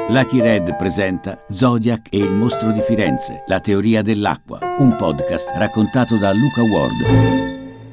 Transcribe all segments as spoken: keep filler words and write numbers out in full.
Lucky Red presenta Zodiac e il mostro di Firenze, la teoria dell'acqua, un podcast raccontato da Luca Ward.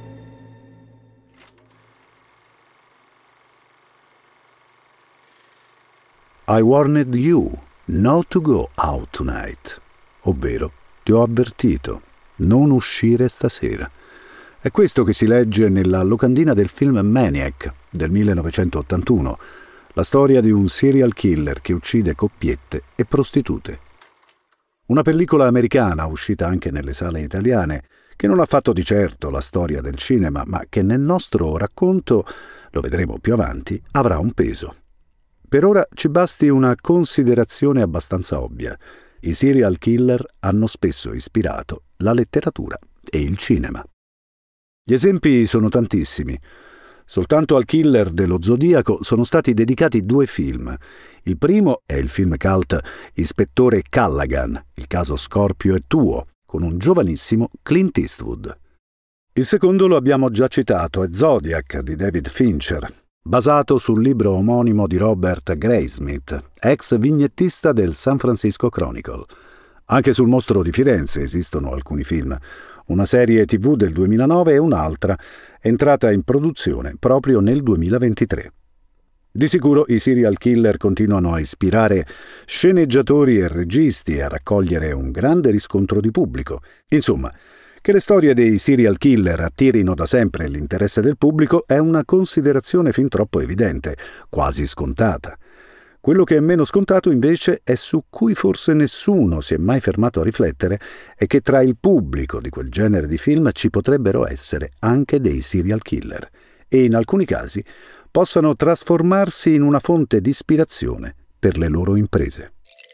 I warned you not to go out tonight, ovvero ti ho avvertito, non uscire stasera. È questo che si legge nella locandina del film Maniac del millenovecentottantuno, la storia di un serial killer che uccide coppiette e prostitute. Una pellicola americana uscita anche nelle sale italiane, che non ha fatto di certo la storia del cinema, ma che nel nostro racconto, lo vedremo più avanti, avrà un peso. Per ora ci basti una considerazione abbastanza ovvia. I serial killer hanno spesso ispirato la letteratura e il cinema. Gli esempi sono tantissimi. Soltanto al killer dello Zodiaco sono stati dedicati due film. Il primo è il film cult Ispettore Callaghan, il caso Scorpio è tuo, con un giovanissimo Clint Eastwood. Il secondo lo abbiamo già citato, è Zodiac di David Fincher, basato sul libro omonimo di Robert Graysmith, ex vignettista del San Francisco Chronicle. Anche sul mostro di Firenze esistono alcuni film, una serie tivù del duemilanove e un'altra entrata in produzione proprio nel duemilaventitré. Di sicuro i serial killer continuano a ispirare sceneggiatori e registi e a raccogliere un grande riscontro di pubblico. Insomma, che le storie dei serial killer attirino da sempre l'interesse del pubblico è una considerazione fin troppo evidente, quasi scontata. Quello che è meno scontato invece è su cui forse nessuno si è mai fermato a riflettere è che tra il pubblico di quel genere di film ci potrebbero essere anche dei serial killer e in alcuni casi possano trasformarsi in una fonte di ispirazione per le loro imprese.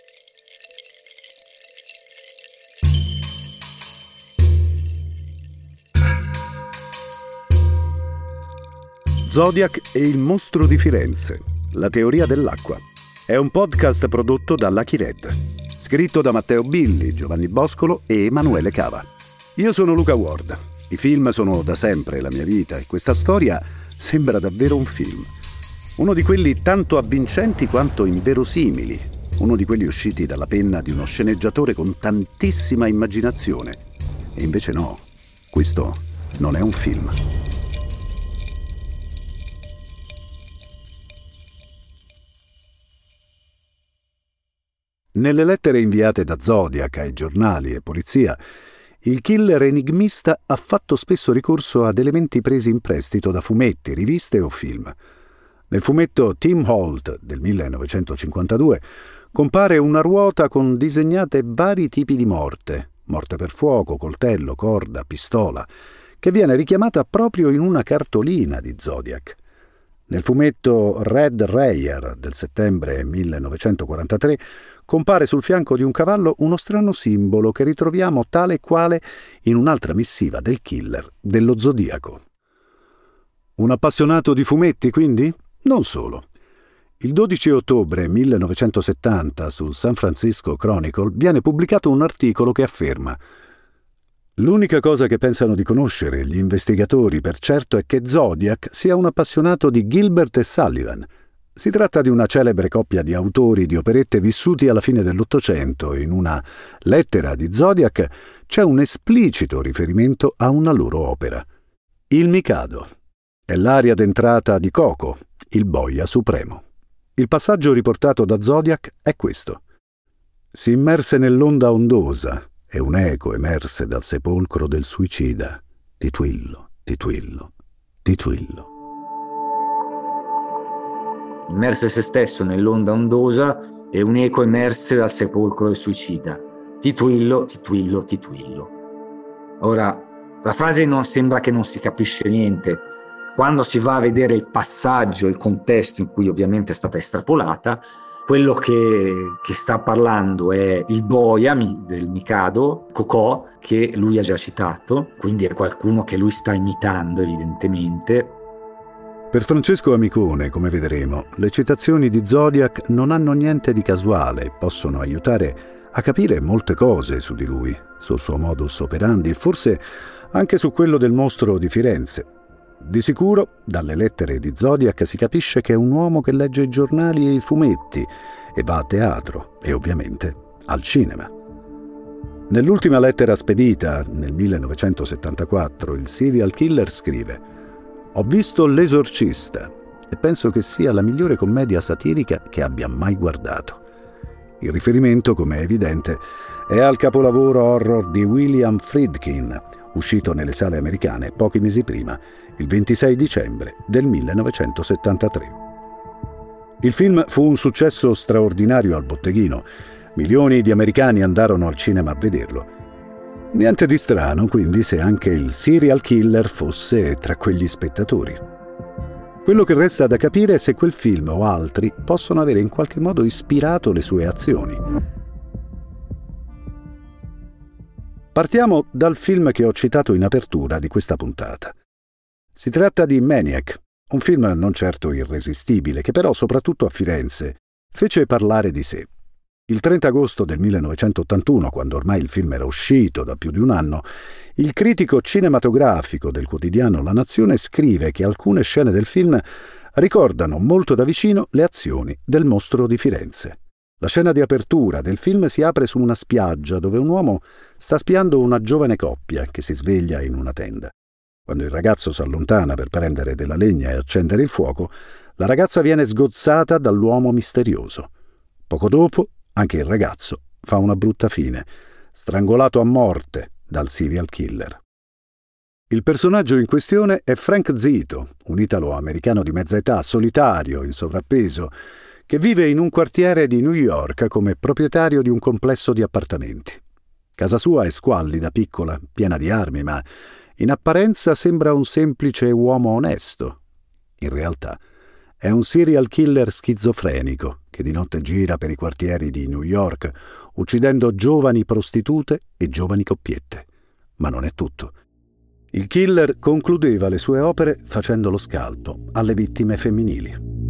Zodiac e il mostro di Firenze, la teoria dell'acqua. È un podcast prodotto da Lucky Red, scritto da Matteo Billi, Giovanni Boscolo e Emanuele Cava. Io sono Luca Ward. I film sono da sempre la mia vita e questa storia sembra davvero un film. Uno di quelli tanto avvincenti quanto inverosimili, uno di quelli usciti dalla penna di uno sceneggiatore con tantissima immaginazione. E invece no, questo non è un film. Nelle lettere inviate da Zodiac ai giornali e polizia, il killer enigmista ha fatto spesso ricorso ad elementi presi in prestito da fumetti, riviste o film. Nel fumetto Tim Holt del millenovecentocinquantadue compare una ruota con disegnate vari tipi di morte, morte per fuoco, coltello, corda, pistola, che viene richiamata proprio in una cartolina di Zodiac. Nel fumetto Red Rayer del settembre millenovecentoquarantatré compare sul fianco di un cavallo uno strano simbolo che ritroviamo tale e quale in un'altra missiva del killer dello Zodiaco. Un appassionato di fumetti, quindi? Non solo. Il dodici ottobre millenovecentosettanta sul San Francisco Chronicle viene pubblicato un articolo che afferma: l'unica cosa che pensano di conoscere gli investigatori per certo è che Zodiac sia un appassionato di Gilbert e Sullivan. Si tratta di una celebre coppia di autori di operette vissuti alla fine dell'Ottocento. In una lettera di Zodiac c'è un esplicito riferimento a una loro opera. Il Mikado è l'aria d'entrata di Coco, il boia supremo. Il passaggio riportato da Zodiac è questo: si immerse nell'onda ondosa e un eco emerse dal sepolcro del suicida. Titwillo, Titwillo, Titwillo. Immerse se stesso nell'onda ondosa e un eco emerse dal sepolcro del suicida. Titwillo, Titwillo, Titwillo. Ora, la frase non sembra che non si capisce niente. Quando si va a vedere il passaggio, il contesto in cui ovviamente è stata estrapolata, quello che, che sta parlando è il boia del Mikado, Cocò, che lui ha già citato, quindi è qualcuno che lui sta imitando evidentemente. Per Francesco Amicone, come vedremo, le citazioni di Zodiac non hanno niente di casuale e possono aiutare a capire molte cose su di lui, sul suo modus operandi e forse anche su quello del mostro di Firenze. Di sicuro, dalle lettere di Zodiac si capisce che è un uomo che legge i giornali e i fumetti e va a teatro e ovviamente al cinema. Nell'ultima lettera spedita, nel millenovecentosettantaquattro, il serial killer scrive: «Ho visto L'Esorcista e penso che sia la migliore commedia satirica che abbia mai guardato». Il riferimento, come è evidente, è al capolavoro horror di William Friedkin, uscito nelle sale americane pochi mesi prima, il ventisei dicembre del millenovecentosettantatré. Il film fu un successo straordinario al botteghino. Milioni di americani andarono al cinema a vederlo. Niente di strano, quindi, se anche il serial killer fosse tra quegli spettatori. Quello che resta da capire è se quel film o altri possono avere in qualche modo ispirato le sue azioni. Partiamo dal film che ho citato in apertura di questa puntata. Si tratta di Maniac, un film non certo irresistibile, che però, soprattutto a Firenze, fece parlare di sé. Il trenta agosto del millenovecentottantuno, quando ormai il film era uscito da più di un anno, il critico cinematografico del quotidiano La Nazione scrive che alcune scene del film ricordano molto da vicino le azioni del Mostro di Firenze. La scena di apertura del film si apre su una spiaggia dove un uomo sta spiando una giovane coppia che si sveglia in una tenda. Quando il ragazzo si allontana per prendere della legna e accendere il fuoco, la ragazza viene sgozzata dall'uomo misterioso. Poco dopo, anche il ragazzo fa una brutta fine, strangolato a morte dal serial killer. Il personaggio in questione è Frank Zito, un italo-americano di mezza età, solitario, in sovrappeso, che vive in un quartiere di New York come proprietario di un complesso di appartamenti. Casa sua è squallida, piccola, piena di armi, ma in apparenza sembra un semplice uomo onesto. In realtà è un serial killer schizofrenico che di notte gira per i quartieri di New York, uccidendo giovani prostitute e giovani coppiette. Ma non è tutto. Il killer concludeva le sue opere facendo lo scalpo alle vittime femminili.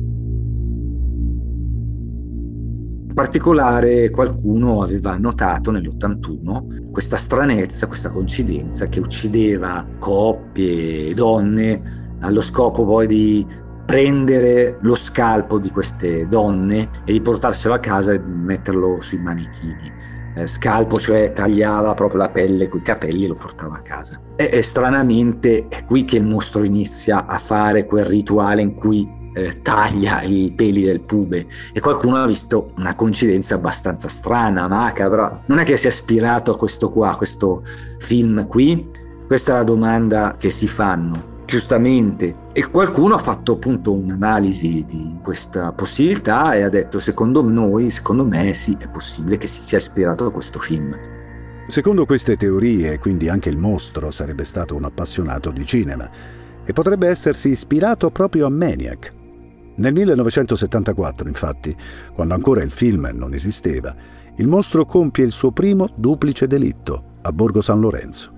In particolare qualcuno aveva notato nell'ottantuno questa stranezza, questa coincidenza che uccideva coppie e donne allo scopo poi di prendere lo scalpo di queste donne e di portarselo a casa e metterlo sui manichini. Eh, scalpo, cioè tagliava proprio la pelle coi capelli e lo portava a casa. E, e stranamente è qui che il mostro inizia a fare quel rituale in cui eh, taglia i peli del pube, e qualcuno ha visto una coincidenza abbastanza strana, macabra. Non è che sia ispirato a questo qua, a questo film qui? Questa è la domanda che si fanno. Giustamente, e qualcuno ha fatto appunto un'analisi di questa possibilità e ha detto: secondo noi, secondo me sì, è possibile che si sia ispirato a questo film. Secondo queste teorie, quindi, anche il mostro sarebbe stato un appassionato di cinema e potrebbe essersi ispirato proprio a Maniac. Nel millenovecentosettantaquattro, infatti, quando ancora il film non esisteva, il mostro compie il suo primo duplice delitto a Borgo San Lorenzo.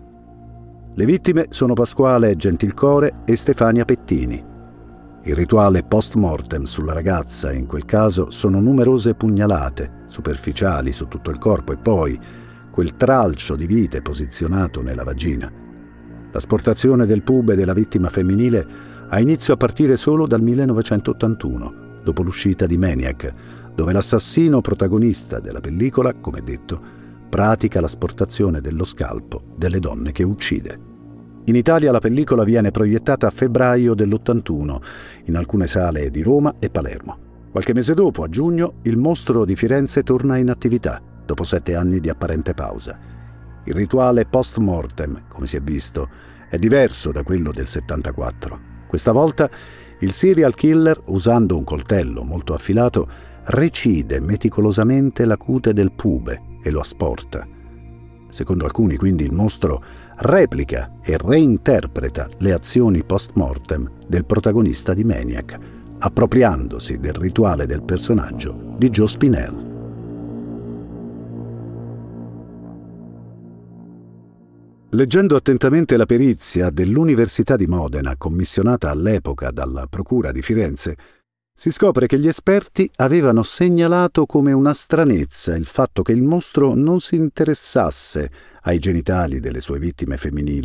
Le vittime sono Pasquale Gentilcore e Stefania Pettini. Il rituale post-mortem sulla ragazza, in quel caso, sono numerose pugnalate, superficiali su tutto il corpo, e poi quel tralcio di vite posizionato nella vagina. L'asportazione del pube della vittima femminile ha inizio a partire solo dal millenovecentottantuno, dopo l'uscita di Maniac, dove l'assassino protagonista della pellicola, come detto, pratica l'asportazione dello scalpo delle donne che uccide. In Italia la pellicola viene proiettata a febbraio dell'ottantuno in alcune sale di Roma e Palermo. Qualche mese dopo, a giugno, il Mostro di Firenze torna in attività, dopo sette anni di apparente pausa. Il rituale post-mortem, come si è visto, è diverso da quello del settantaquattro. Questa volta il serial killer, usando un coltello molto affilato, recide meticolosamente la cute del pube e lo asporta. Secondo alcuni, quindi, il mostro replica e reinterpreta le azioni post-mortem del protagonista di Maniac, appropriandosi del rituale del personaggio di Joe Spinell. Leggendo attentamente la perizia dell'Università di Modena, commissionata all'epoca dalla Procura di Firenze, si scopre che gli esperti avevano segnalato come una stranezza il fatto che il mostro non si interessasse ai genitali delle sue vittime femminili,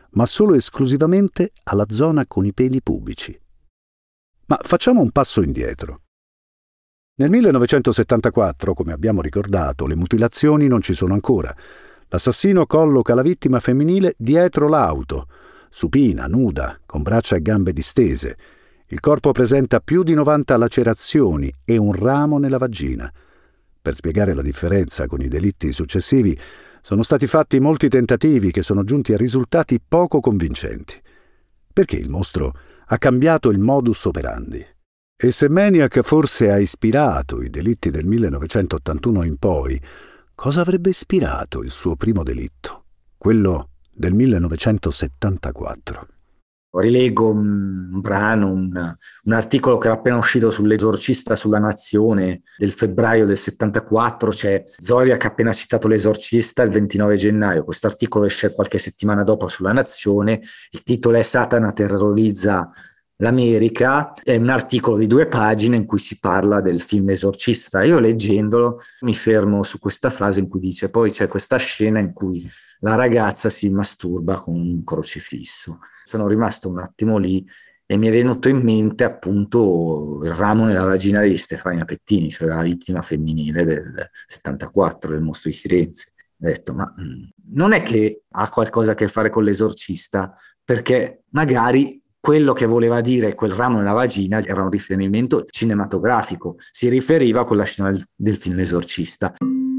ma solo esclusivamente alla zona con i peli pubici. Ma facciamo un passo indietro. Nel millenovecentosettantaquattro, come abbiamo ricordato, le mutilazioni non ci sono ancora. L'assassino colloca la vittima femminile dietro l'auto, supina, nuda, con braccia e gambe distese. Il corpo presenta più di novanta lacerazioni e un ramo nella vagina. Per spiegare la differenza con i delitti successivi, sono stati fatti molti tentativi che sono giunti a risultati poco convincenti. Perché il mostro ha cambiato il modus operandi. E se Maniac forse ha ispirato i delitti del millenovecentottantuno in poi, cosa avrebbe ispirato il suo primo delitto, quello del millenovecentosettantaquattro? Rilego un brano, un, un articolo che era appena uscito sull'Esorcista sulla Nazione del febbraio del settantaquattro. C'è Zodiac ha appena citato l'Esorcista il ventinove gennaio. Questo articolo esce qualche settimana dopo sulla Nazione. Il titolo è Satana terrorizza l'America. È un articolo di due pagine in cui si parla del film Esorcista. Io leggendolo mi fermo su questa frase in cui dice: poi c'è questa scena in cui la ragazza si masturba con un crocifisso. Sono rimasto un attimo lì e mi è venuto in mente appunto il ramo nella vagina di Stefania Pettini, cioè la vittima femminile del settantaquattro, del Mostro di Firenze. Ho detto, ma mh, non è che ha qualcosa a che fare con l'Esorcista, perché magari quello che voleva dire quel ramo nella vagina era un riferimento cinematografico, si riferiva a quella scena del, del film Esorcista.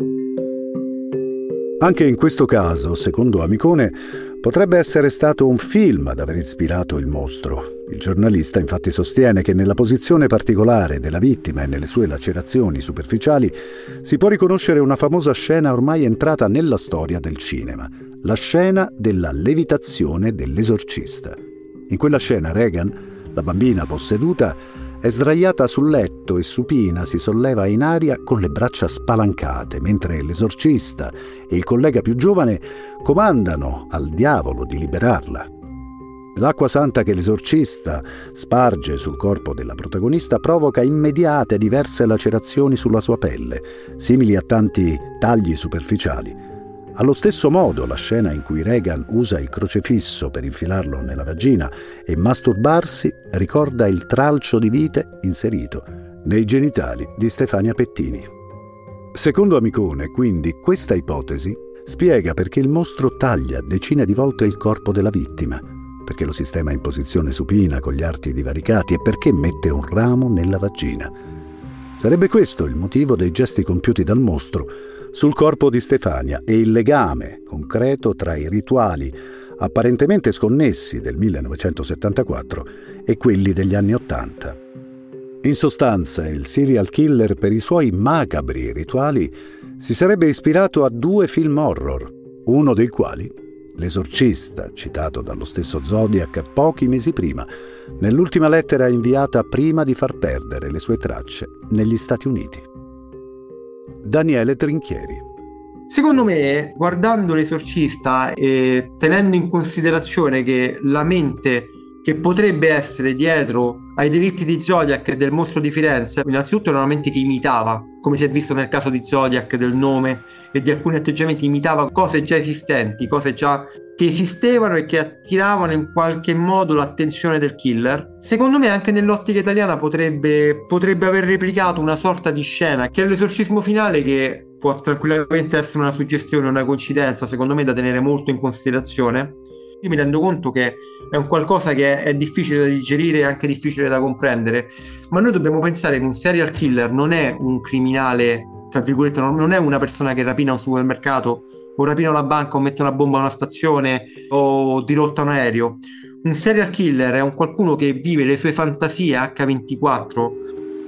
Anche in questo caso, secondo Amicone, potrebbe essere stato un film ad aver ispirato il mostro. Il giornalista infatti sostiene che nella posizione particolare della vittima e nelle sue lacerazioni superficiali si può riconoscere una famosa scena ormai entrata nella storia del cinema, la scena della levitazione dell'esorcista. In quella scena Regan, la bambina posseduta, è sdraiata sul letto e supina si solleva in aria con le braccia spalancate, mentre l'esorcista e il collega più giovane comandano al diavolo di liberarla. L'acqua santa che l'esorcista sparge sul corpo della protagonista provoca immediate e diverse lacerazioni sulla sua pelle, simili a tanti tagli superficiali. Allo stesso modo, la scena in cui Regan usa il crocefisso per infilarlo nella vagina e masturbarsi ricorda il tralcio di vite inserito nei genitali di Stefania Pettini. Secondo Amicone, quindi, questa ipotesi spiega perché il mostro taglia decine di volte il corpo della vittima, perché lo sistema in posizione supina con gli arti divaricati e perché mette un ramo nella vagina. Sarebbe questo il motivo dei gesti compiuti dal mostro sul corpo di Stefania e il legame concreto tra i rituali apparentemente sconnessi del millenovecentosettantaquattro e quelli degli anni Ottanta. In sostanza, il serial killer, per i suoi macabri rituali, si sarebbe ispirato a due film horror, uno dei quali, L'Esorcista, citato dallo stesso Zodiac pochi mesi prima, nell'ultima lettera inviata prima di far perdere le sue tracce negli Stati Uniti. Daniele Trinchieri. Secondo me, guardando L'Esorcista e tenendo in considerazione che la mente che potrebbe essere dietro ai delitti di Zodiac e del Mostro di Firenze, innanzitutto era una mente che imitava, come si è visto nel caso di Zodiac, del nome e di alcuni atteggiamenti, imitava cose già esistenti, cose già che esistevano e che attiravano in qualche modo l'attenzione del killer. Secondo me anche nell'ottica italiana potrebbe, potrebbe aver replicato una sorta di scena che è l'esorcismo finale, che può tranquillamente essere una suggestione, una coincidenza, secondo me da tenere molto in considerazione. Io mi rendo conto che è un qualcosa che è difficile da digerire e anche difficile da comprendere, ma noi dobbiamo pensare che un serial killer non è un criminale, tra virgolette, non è una persona che rapina un supermercato o rapina una banca o mette una bomba a una stazione o dirotta un aereo. Un serial killer è un qualcuno che vive le sue fantasie acca ventiquattro.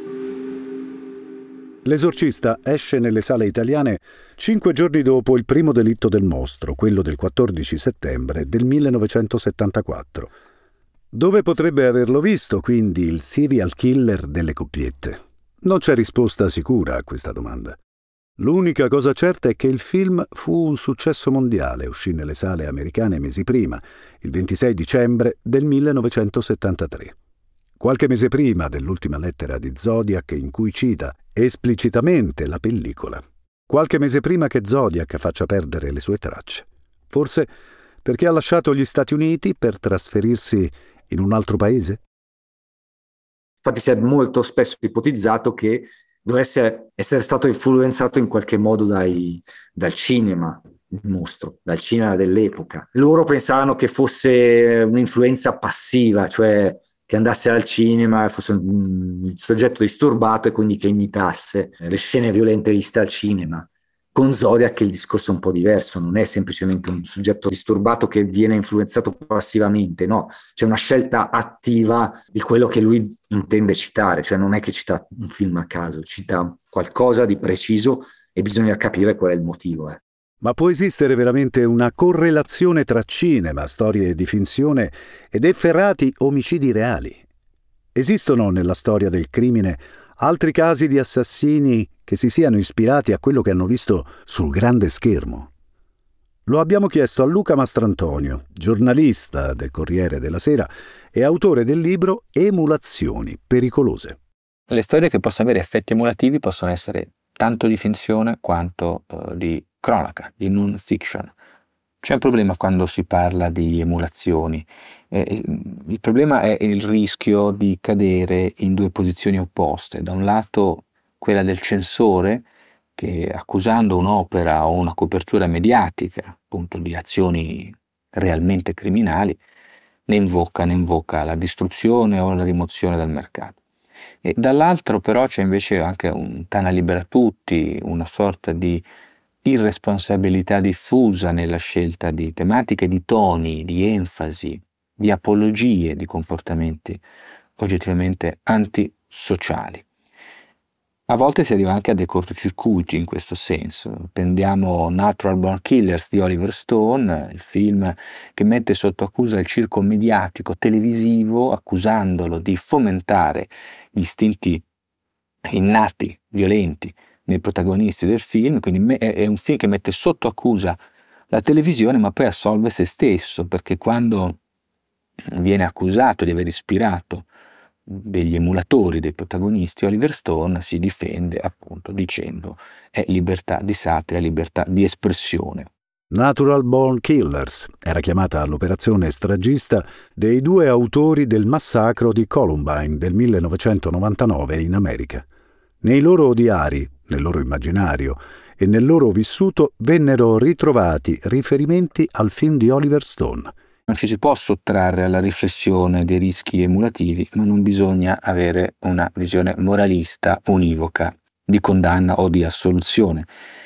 L'Esorcista esce nelle sale italiane cinque giorni dopo il primo delitto del mostro, quello del quattordici settembre del millenovecentosettantaquattro. Dove potrebbe averlo visto, quindi, il serial killer delle coppiette? Non c'è risposta sicura a questa domanda. L'unica cosa certa è che il film fu un successo mondiale, uscì nelle sale americane mesi prima, il ventisei dicembre del millenovecentosettantatré. Qualche mese prima dell'ultima lettera di Zodiac, in cui cita esplicitamente la pellicola. Qualche mese prima che Zodiac faccia perdere le sue tracce. Forse perché ha lasciato gli Stati Uniti per trasferirsi in un altro paese? Infatti si è molto spesso ipotizzato che dovesse essere stato influenzato in qualche modo dai, dal cinema, il mostro, dal cinema dell'epoca. Loro pensavano che fosse un'influenza passiva, cioè che andasse al cinema, fosse un soggetto disturbato e quindi che imitasse le scene violente viste al cinema. Con Zodiac il discorso è un po' diverso, non è semplicemente un soggetto disturbato che viene influenzato passivamente, no, c'è una scelta attiva di quello che lui intende citare, cioè non è che cita un film a caso, cita qualcosa di preciso e bisogna capire qual è il motivo. Eh. Ma può esistere veramente una correlazione tra cinema, storie di finzione ed efferati omicidi reali? Esistono nella storia del crimine altri casi di assassini che si siano ispirati a quello che hanno visto sul grande schermo? Lo abbiamo chiesto a Luca Mastrantonio, giornalista del Corriere della Sera e autore del libro Emulazioni pericolose. Le storie che possono avere effetti emulativi possono essere tanto di finzione quanto uh, di cronaca, di non-fiction. C'è un problema quando si parla di emulazioni. Eh, il problema è il rischio di cadere in due posizioni opposte. Da un lato quella del censore che, accusando un'opera o una copertura mediatica appunto di azioni realmente criminali, ne invoca, ne invoca la distruzione o la rimozione dal mercato. E dall'altro però c'è invece anche un tana libera tutti, una sorta di irresponsabilità diffusa nella scelta di tematiche, di toni, di enfasi, di apologie di comportamenti oggettivamente antisociali. A volte si arriva anche a dei cortocircuiti in questo senso. Prendiamo Natural Born Killers di Oliver Stone, il film che mette sotto accusa il circo mediatico televisivo, accusandolo di fomentare gli istinti innati, violenti, nei protagonisti del film, quindi è un film che mette sotto accusa la televisione ma poi assolve se stesso, perché quando viene accusato di aver ispirato degli emulatori dei protagonisti, Oliver Stone si difende appunto dicendo è libertà di satira, libertà di espressione. Natural Born Killers era chiamata l'operazione stragista dei due autori del massacro di Columbine del millenovecentonovantanove in America. Nei loro diari, nel loro immaginario e nel loro vissuto vennero ritrovati riferimenti al film di Oliver Stone. Non ci si può sottrarre alla riflessione dei rischi emulativi, ma non bisogna avere una visione moralista univoca di condanna o di assoluzione.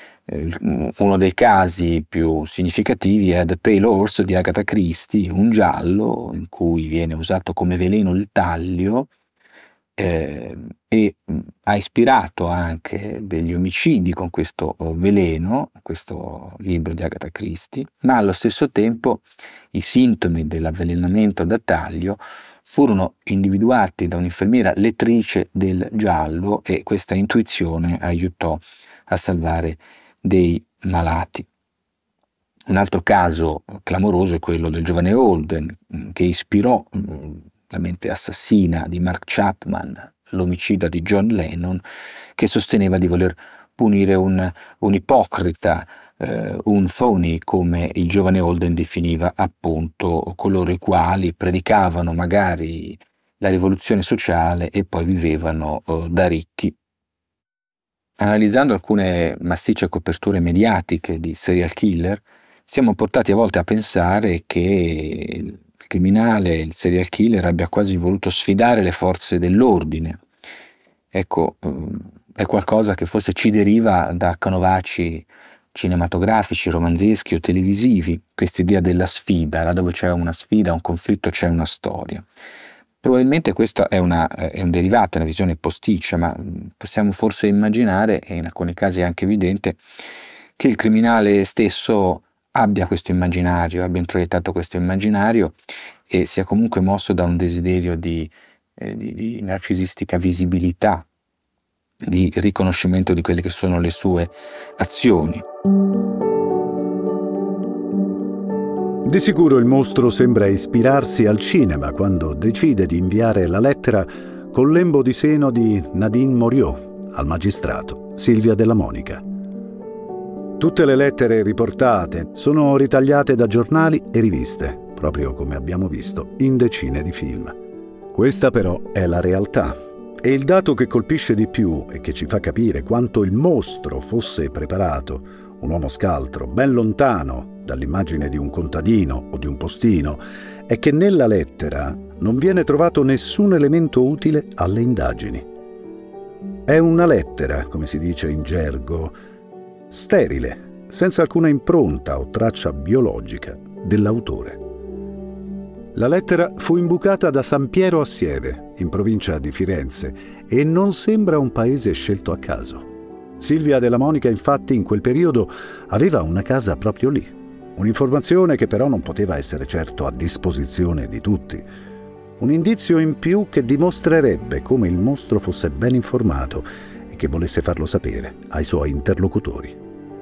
Uno dei casi più significativi è The Pale Horse di Agatha Christie, un giallo in cui viene usato come veleno il tallio eh, e ha ispirato anche degli omicidi con questo veleno, questo libro di Agatha Christie, ma allo stesso tempo i sintomi dell'avvelenamento da taglio furono individuati da un'infermiera lettrice del giallo e questa intuizione aiutò a salvare dei malati. Un altro caso clamoroso è quello del giovane Holden, che ispirò la mente assassina di Mark Chapman, l'omicida di John Lennon, che sosteneva di voler punire un, un ipocrita, eh, un phony, come il giovane Holden definiva appunto coloro i quali predicavano magari la rivoluzione sociale e poi vivevano eh, da ricchi. Analizzando alcune massicce coperture mediatiche di serial killer, siamo portati a volte a pensare che il criminale, il serial killer, abbia quasi voluto sfidare le forze dell'ordine. Ecco, è qualcosa che forse ci deriva da canovacci cinematografici, romanzeschi o televisivi, quest'idea della sfida, là dove c'è una sfida, un conflitto, c'è una storia. Probabilmente questo è, una, è un derivato, è una visione posticcia, ma possiamo forse immaginare, e in alcuni casi è anche evidente, che il criminale stesso abbia questo immaginario, abbia introiettato questo immaginario e sia comunque mosso da un desiderio di, eh, di, di narcisistica visibilità, di riconoscimento di quelle che sono le sue azioni. Di sicuro il mostro sembra ispirarsi al cinema quando decide di inviare la lettera col lembo di seno di Nadine Moriot al magistrato Silvia Della Monica. Tutte le lettere riportate sono ritagliate da giornali e riviste, proprio come abbiamo visto in decine di film. Questa però è la realtà. E il dato che colpisce di più e che ci fa capire quanto il mostro fosse preparato, un uomo scaltro, ben lontano dall'immagine di un contadino o di un postino, è che nella lettera non viene trovato nessun elemento utile alle indagini. È una lettera, come si dice in gergo, sterile, senza alcuna impronta o traccia biologica dell'autore. La lettera fu imbucata da San Piero a Sieve, in provincia di Firenze, e non sembra un paese scelto a caso. Silvia Della Monica, infatti, in quel periodo aveva una casa proprio lì. Un'informazione che però non poteva essere certo a disposizione di tutti. Un indizio in più che dimostrerebbe come il mostro fosse ben informato e che volesse farlo sapere ai suoi interlocutori.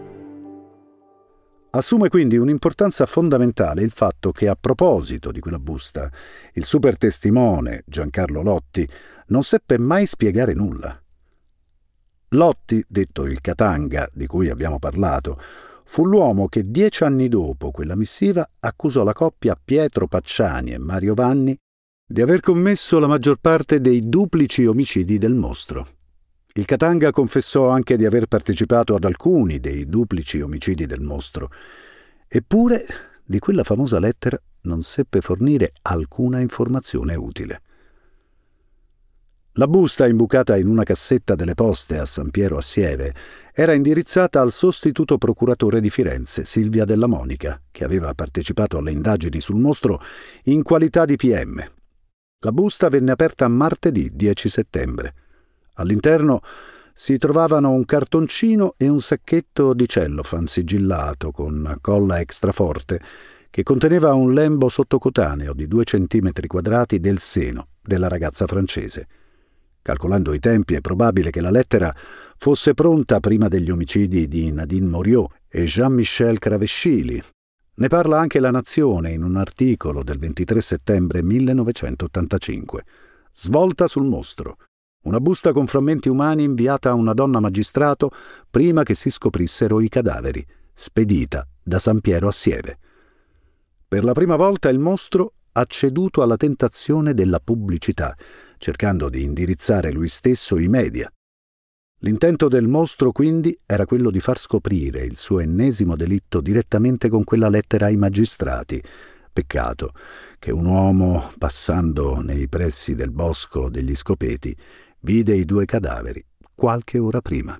Assume quindi un'importanza fondamentale il fatto che, a proposito di quella busta, il super testimone Giancarlo Lotti non seppe mai spiegare nulla. Lotti, detto il Catanga di cui abbiamo parlato, fu l'uomo che dieci anni dopo quella missiva accusò la coppia Pietro Pacciani e Mario Vanni di aver commesso la maggior parte dei duplici omicidi del mostro. Il Catanga confessò anche di aver partecipato ad alcuni dei duplici omicidi del mostro, eppure di quella famosa lettera non seppe fornire alcuna informazione utile. La busta, imbucata in una cassetta delle poste a San Piero a Sieve, era indirizzata al sostituto procuratore di Firenze, Silvia Della Monica, che aveva partecipato alle indagini sul mostro in qualità di P M. La busta venne aperta martedì dieci settembre. All'interno si trovavano un cartoncino e un sacchetto di cellofan sigillato con colla extraforte che conteneva un lembo sottocutaneo di due centimetri quadrati del seno della ragazza francese. Calcolando i tempi, è probabile che la lettera fosse pronta prima degli omicidi di Nadine Moriot e Jean-Michel Cravescili. Ne parla anche La Nazione in un articolo del ventitré settembre millenovecentottantacinque. Svolta sul mostro. Una busta con frammenti umani inviata a una donna magistrato prima che si scoprissero i cadaveri, spedita da San Piero a Sieve. Per la prima volta il mostro ha ceduto alla tentazione della pubblicità, cercando di indirizzare lui stesso i media. L'intento del mostro, quindi, era quello di far scoprire il suo ennesimo delitto direttamente con quella lettera ai magistrati. Peccato che un uomo, passando nei pressi del bosco degli Scopeti, vide i due cadaveri qualche ora prima.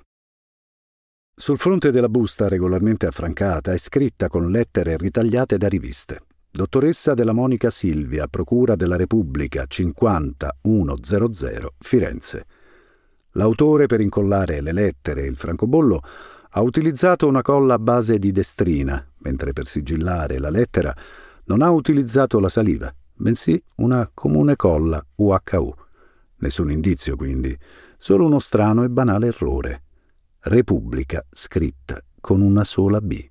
Sul fronte della busta, regolarmente affrancata, è scritta con lettere ritagliate da riviste: Dottoressa Della Monica Silvia, Procura della Repubblica, cinquanta centomila Firenze. L'autore, per incollare le lettere e il francobollo, ha utilizzato una colla a base di destrina, mentre per sigillare la lettera non ha utilizzato la saliva, bensì una comune colla U H U. Nessun indizio, quindi, solo uno strano e banale errore. Repubblica scritta con una sola B.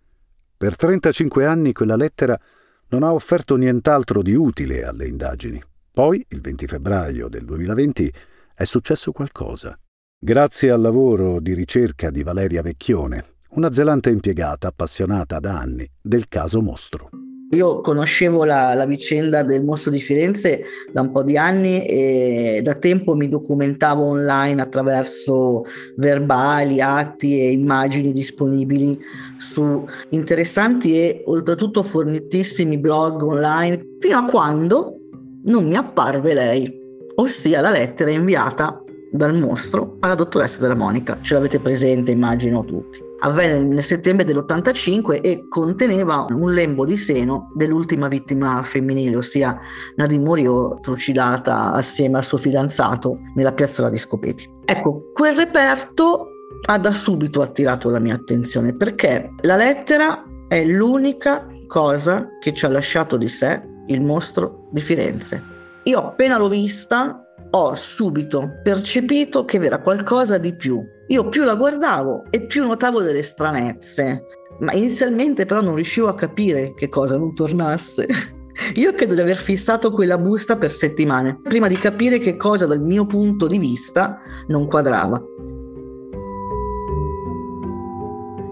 Per trentacinque anni quella lettera non ha offerto nient'altro di utile alle indagini. Poi, il venti febbraio del duemilaventi, è successo qualcosa. Grazie al lavoro di ricerca di Valeria Vecchione, una zelante impiegata appassionata da anni del caso mostro. Io conoscevo la, la vicenda del mostro di Firenze da un po' di anni e da tempo mi documentavo online attraverso verbali, atti e immagini disponibili su interessanti e oltretutto fornitissimi blog online, fino a quando non mi apparve lei, ossia la lettera inviata dal mostro alla dottoressa Della Monica. Ce l'avete presente, immagino tutti. Avvenne nel settembre dell'ottantacinque e conteneva un lembo di seno dell'ultima vittima femminile, ossia Nadine Moriot, trucidata assieme al suo fidanzato nella piazzola di Scopeti. Ecco, quel reperto ha da subito attirato la mia attenzione, perché la lettera è l'unica cosa che ci ha lasciato di sé il mostro di Firenze. Io appena l'ho vista ho subito percepito che era qualcosa di più. Io più la guardavo e più notavo delle stranezze, ma inizialmente però non riuscivo a capire che cosa non tornasse. Io credo di aver fissato quella busta per settimane, prima di capire che cosa dal mio punto di vista non quadrava.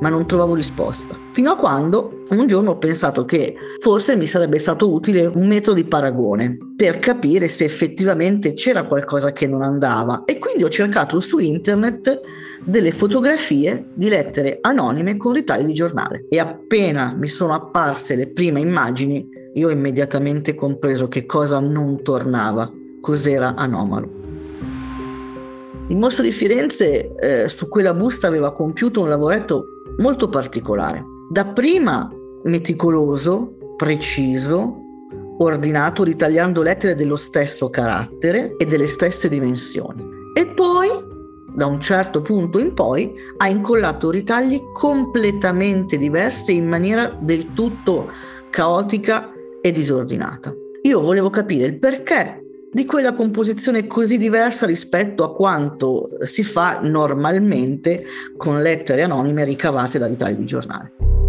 ma non trovavo risposta. Fino a quando un giorno ho pensato che forse mi sarebbe stato utile un metodo di paragone per capire se effettivamente c'era qualcosa che non andava, e quindi ho cercato su internet delle fotografie di lettere anonime con ritagli di giornale, e appena mi sono apparse le prime immagini io ho immediatamente compreso che cosa non tornava, cos'era anomalo. Il mostro di Firenze eh, su quella busta aveva compiuto un lavoretto molto particolare, dapprima meticoloso, preciso, ordinato, ritagliando lettere dello stesso carattere e delle stesse dimensioni, e poi da un certo punto in poi ha incollato ritagli completamente diversi in maniera del tutto caotica e disordinata. Io volevo capire il perché di quella composizione così diversa rispetto a quanto si fa normalmente con lettere anonime ricavate da ritagli di giornale.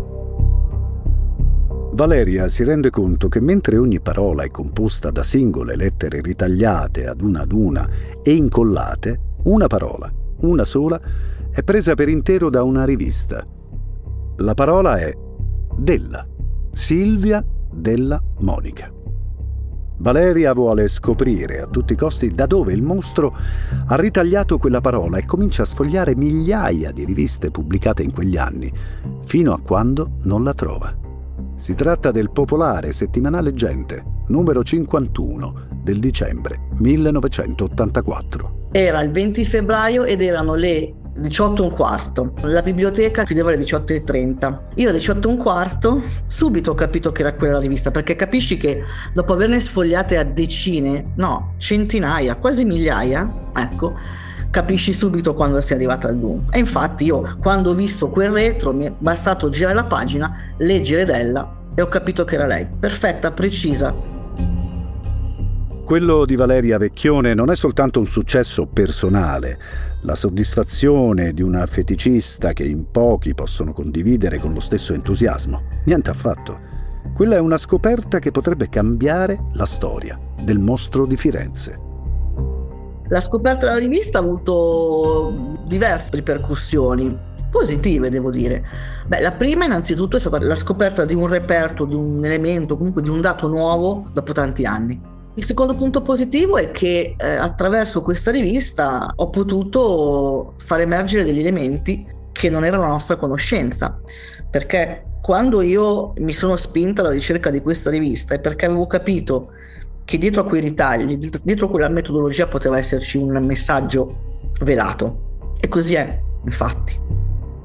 Valeria si rende conto che mentre ogni parola è composta da singole lettere ritagliate ad una ad una e incollate, una parola, una sola, è presa per intero da una rivista. La parola è Della, Silvia Della Monica. Valeria vuole scoprire a tutti i costi da dove il mostro ha ritagliato quella parola e comincia a sfogliare migliaia di riviste pubblicate in quegli anni, fino a quando non la trova. Si tratta del popolare settimanale Gente, numero cinquantuno del dicembre millenovecentottantaquattro. Era il venti febbraio ed erano le diciotto e un quarto. La biblioteca chiudeva alle diciotto e trenta. Io alle diciotto e un quarto subito ho capito che era quella la rivista, perché capisci che dopo averne sfogliate a decine, no, centinaia, quasi migliaia, ecco, capisci subito quando sei arrivata al dunque. E infatti io, quando ho visto quel retro, mi è bastato girare la pagina, leggere Della e ho capito che era lei, perfetta, precisa. Quello di Valeria Vecchione non è soltanto un successo personale, la soddisfazione di una feticista che in pochi possono condividere con lo stesso entusiasmo. Niente affatto. Quella è una scoperta che potrebbe cambiare la storia del mostro di Firenze. La scoperta della rivista ha avuto diverse ripercussioni, positive devo dire. Beh, la prima innanzitutto è stata la scoperta di un reperto, di un elemento, comunque di un dato nuovo dopo tanti anni. Il secondo punto positivo è che eh, attraverso questa rivista ho potuto far emergere degli elementi che non erano a nostra conoscenza, perché quando io mi sono spinta alla ricerca di questa rivista è perché avevo capito che dietro a quei ritagli, dietro, dietro a quella metodologia poteva esserci un messaggio velato, e così è, infatti.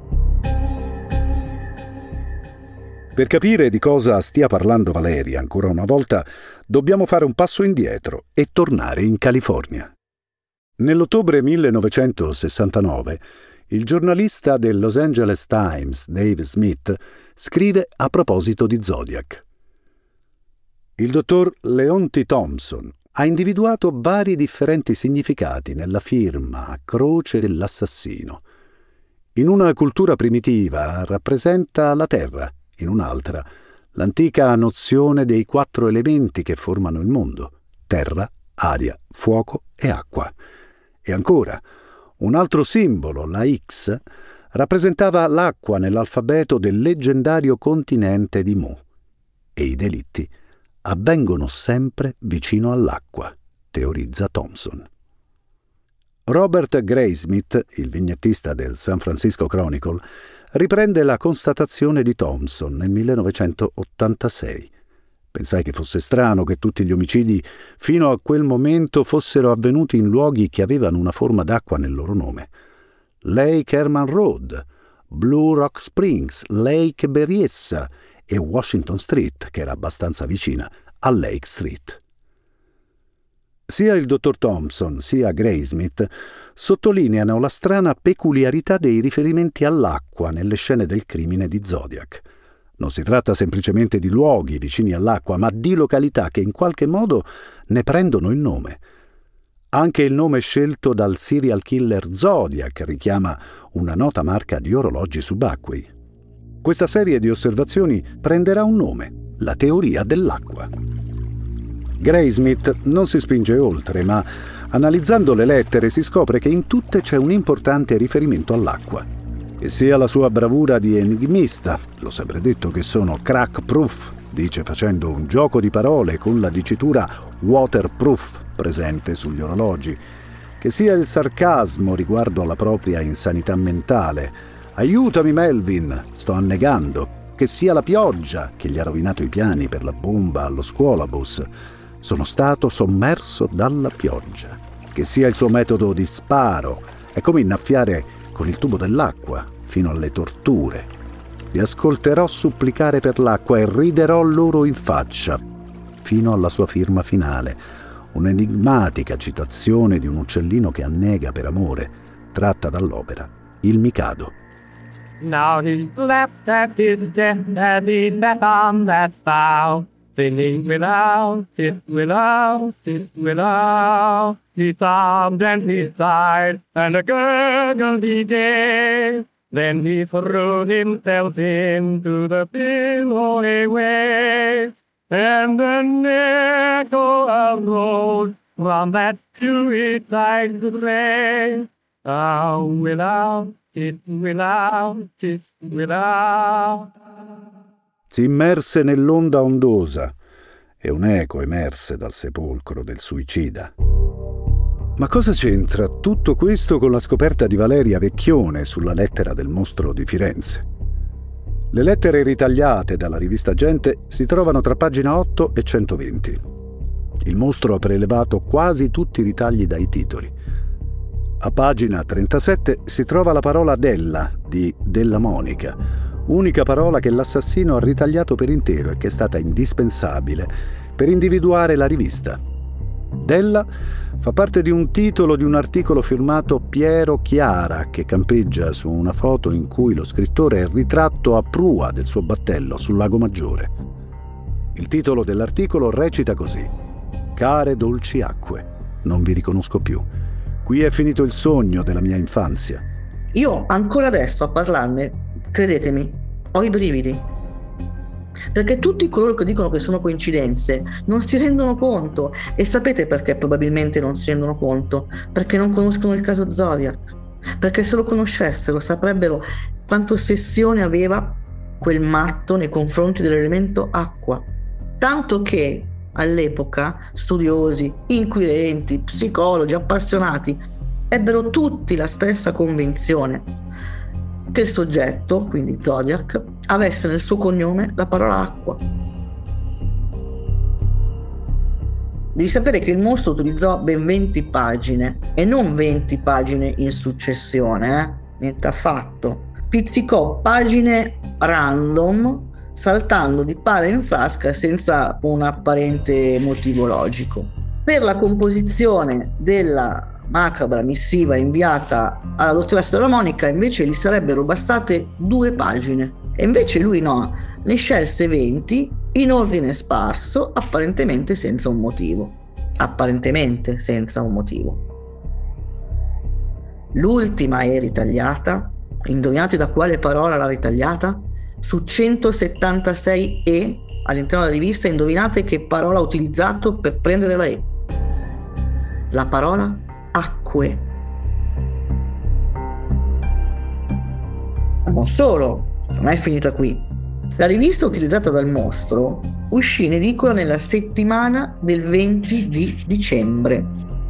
Per capire di cosa stia parlando Valeria, ancora una volta, dobbiamo fare un passo indietro e tornare in California. Nell'ottobre millenovecentosessantanove, il giornalista del Los Angeles Times, Dave Smith, scrive a proposito di Zodiac. Il dottor Leonti Thompson ha individuato vari differenti significati nella firma a croce dell'assassino. In una cultura primitiva rappresenta la terra, in un'altra l'antica nozione dei quattro elementi che formano il mondo: terra, aria, fuoco e acqua. E ancora, un altro simbolo, la X, rappresentava l'acqua nell'alfabeto del leggendario continente di Mu. E i delitti avvengono sempre vicino all'acqua, teorizza Thompson. Robert Graysmith, il vignettista del San Francisco Chronicle, riprende la constatazione di Thompson nel millenovecentottantasei. Pensai che fosse strano che tutti gli omicidi fino a quel momento fossero avvenuti in luoghi che avevano una forma d'acqua nel loro nome. Lake Herman Road, Blue Rock Springs, Lake Berryessa e Washington Street, che era abbastanza vicina a Lake Street. Sia il dottor Thompson sia Graysmith sottolineano la strana peculiarità dei riferimenti all'acqua nelle scene del crimine di Zodiac. Non si tratta semplicemente di luoghi vicini all'acqua, ma di località che in qualche modo ne prendono il nome. Anche il nome scelto dal serial killer Zodiac richiama una nota marca di orologi subacquei. Questa serie di osservazioni prenderà un nome: la teoria dell'acqua. Graysmith non si spinge oltre, ma analizzando le lettere si scopre che in tutte c'è un importante riferimento all'acqua. e sia la sua bravura di enigmista, l'ho sempre detto che sono crack proof, dice facendo un gioco di parole con la dicitura waterproof presente sugli orologi, che sia il sarcasmo riguardo alla propria insanità mentale, aiutami Melvin, sto annegando, che sia la pioggia che gli ha rovinato i piani per la bomba allo scuolabus, sono stato sommerso dalla pioggia, che sia il suo metodo di sparo, è come innaffiare con il tubo dell'acqua fino alle torture. Li ascolterò supplicare per l'acqua e riderò loro in faccia fino alla sua firma finale, un'enigmatica citazione di un uccellino che annega per amore, tratta dall'opera Il Mikado. Now he left at his death and he met on that bough, singing without it, without it, without. He sobbed and he sighed, and a gurgle he gave. Then he threw himself into the billowy waves, and an echo arose from that dewy side to rain. Oh, without it, without it, without. Si immerse nell'onda ondosa e un'eco emerse dal sepolcro del suicida. Ma cosa c'entra tutto questo con la scoperta di Valeria Vecchione sulla lettera del mostro di Firenze? Le lettere ritagliate dalla rivista Gente si trovano tra pagina otto e centoventi. Il mostro ha prelevato quasi tutti i ritagli dai titoli. A pagina trentasette si trova la parola Della di Della Monica, unica parola che l'assassino ha ritagliato per intero e che è stata indispensabile per individuare la rivista. Della fa parte di un titolo di un articolo firmato Piero Chiara che campeggia su una foto in cui lo scrittore è ritratto a prua del suo battello sul Lago Maggiore. Il titolo dell'articolo recita così: Care dolci acque, non vi riconosco più. Qui è finito il sogno della mia infanzia. Io ancora adesso a parlarne, credetemi, ho i brividi. Perché tutti coloro che dicono che sono coincidenze non si rendono conto. E sapete perché probabilmente non si rendono conto? Perché non conoscono il caso Zodiac. Perché se lo conoscessero saprebbero quanta ossessione aveva quel matto nei confronti dell'elemento acqua. Tanto che all'epoca studiosi, inquirenti, psicologi, appassionati ebbero tutti la stessa convinzione che il soggetto, quindi Zodiac, avesse nel suo cognome la parola acqua. Devi sapere che il mostro utilizzò ben venti pagine e non venti pagine in successione, eh? Niente affatto. Pizzicò pagine random, saltando di pala in frasca senza un apparente motivo logico. Per la composizione della macabra missiva inviata alla dottoressa Della Monica invece gli sarebbero bastate due pagine e invece lui no, ne scelse venti in ordine sparso, apparentemente senza un motivo apparentemente senza un motivo. L'ultima è ritagliata, indovinate da quale parola l'ha ritagliata? Su centosettantasei E all'interno della rivista, indovinate che parola ha utilizzato per prendere la E? La parola acque. Non solo, non è finita qui. La rivista utilizzata dal mostro uscì in edicola nella settimana del venti di dicembre.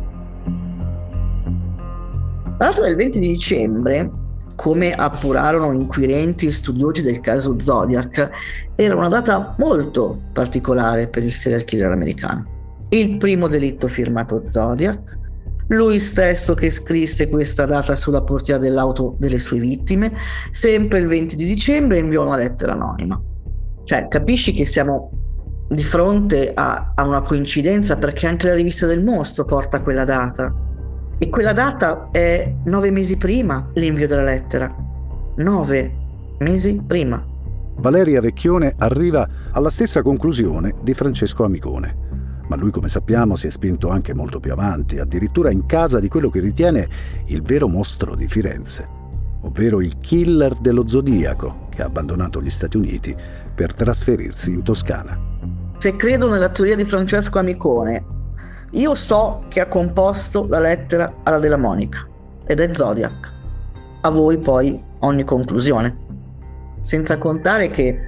La data del venti di dicembre, come appurarono inquirenti e studiosi del caso Zodiac, era una data molto particolare per il serial killer americano. Il primo delitto firmato Zodiac, lui stesso che scrisse questa data sulla portiera dell'auto delle sue vittime, sempre il venti di dicembre inviò una lettera anonima. Cioè, capisci che siamo di fronte a, a una coincidenza, perché anche la rivista del mostro porta quella data. E quella data è nove mesi prima l'invio della lettera. Nove mesi prima. Valeria Vecchione arriva alla stessa conclusione di Francesco Amicone. Ma lui, come sappiamo, si è spinto anche molto più avanti, addirittura in casa di quello che ritiene il vero mostro di Firenze, ovvero il killer dello Zodiaco, che ha abbandonato gli Stati Uniti per trasferirsi in Toscana. Se credo nella teoria di Francesco Amicone, io so che ha composto la lettera alla Della Monica, ed è Zodiac. a voi poi ogni conclusione. Senza contare che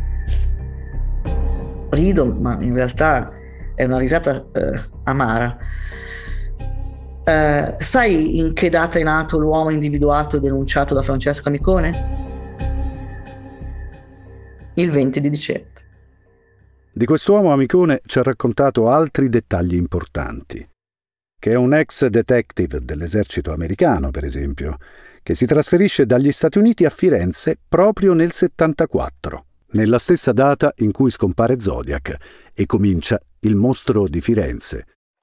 rido, ma in realtà è una risata eh, amara. Eh, sai in che data è nato l'uomo individuato e denunciato da Francesco Amicone? Il venti di dicembre. Di quest'uomo Amicone ci ha raccontato altri dettagli importanti. Che è un ex detective dell'esercito americano, per esempio, che si trasferisce dagli Stati Uniti a Firenze proprio nel settantaquattro, nella stessa data in cui scompare Zodiac e comincia Il mostro di Firenze.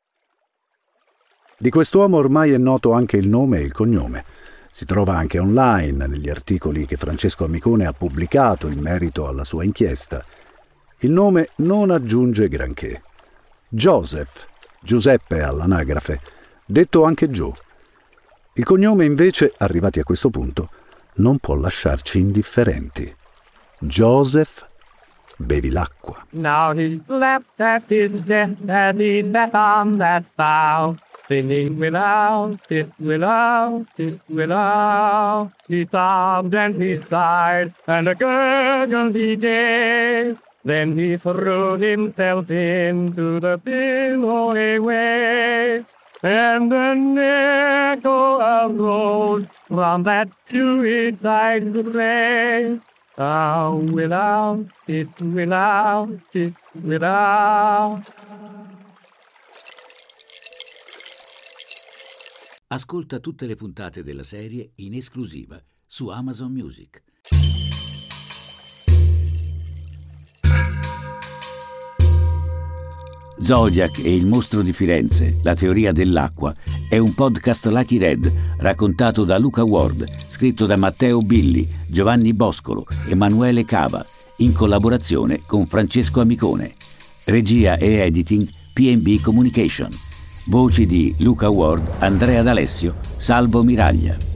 Di quest'uomo ormai è noto anche il nome e il cognome. Si trova anche online negli articoli che Francesco Amicone ha pubblicato in merito alla sua inchiesta. Il nome non aggiunge granché. Joseph, Giuseppe all'anagrafe, detto anche Joe. Il cognome invece, arrivati a questo punto, non può lasciarci indifferenti. Joseph Bevilacqua. Now he left at his death and he left on that bough, singing without it, without it, without. He sobbed and he sighed and a gurgled he did. Then he threw himself into the billowy waves, and an echo arose from that suicide grave. Oh, without it, without it, without. Ascolta tutte le puntate della serie in esclusiva su Amazon Music. Zodiac e il mostro di Firenze, la teoria dell'acqua, è un podcast Lucky Red raccontato da Luca Ward, scritto da Matteo Billi, Giovanni Boscolo, Emanuele Cava, in collaborazione con Francesco Amicone. Regia e editing P and B Communication. Voci di Luca Ward, Andrea D'Alessio, Salvo Miraglia.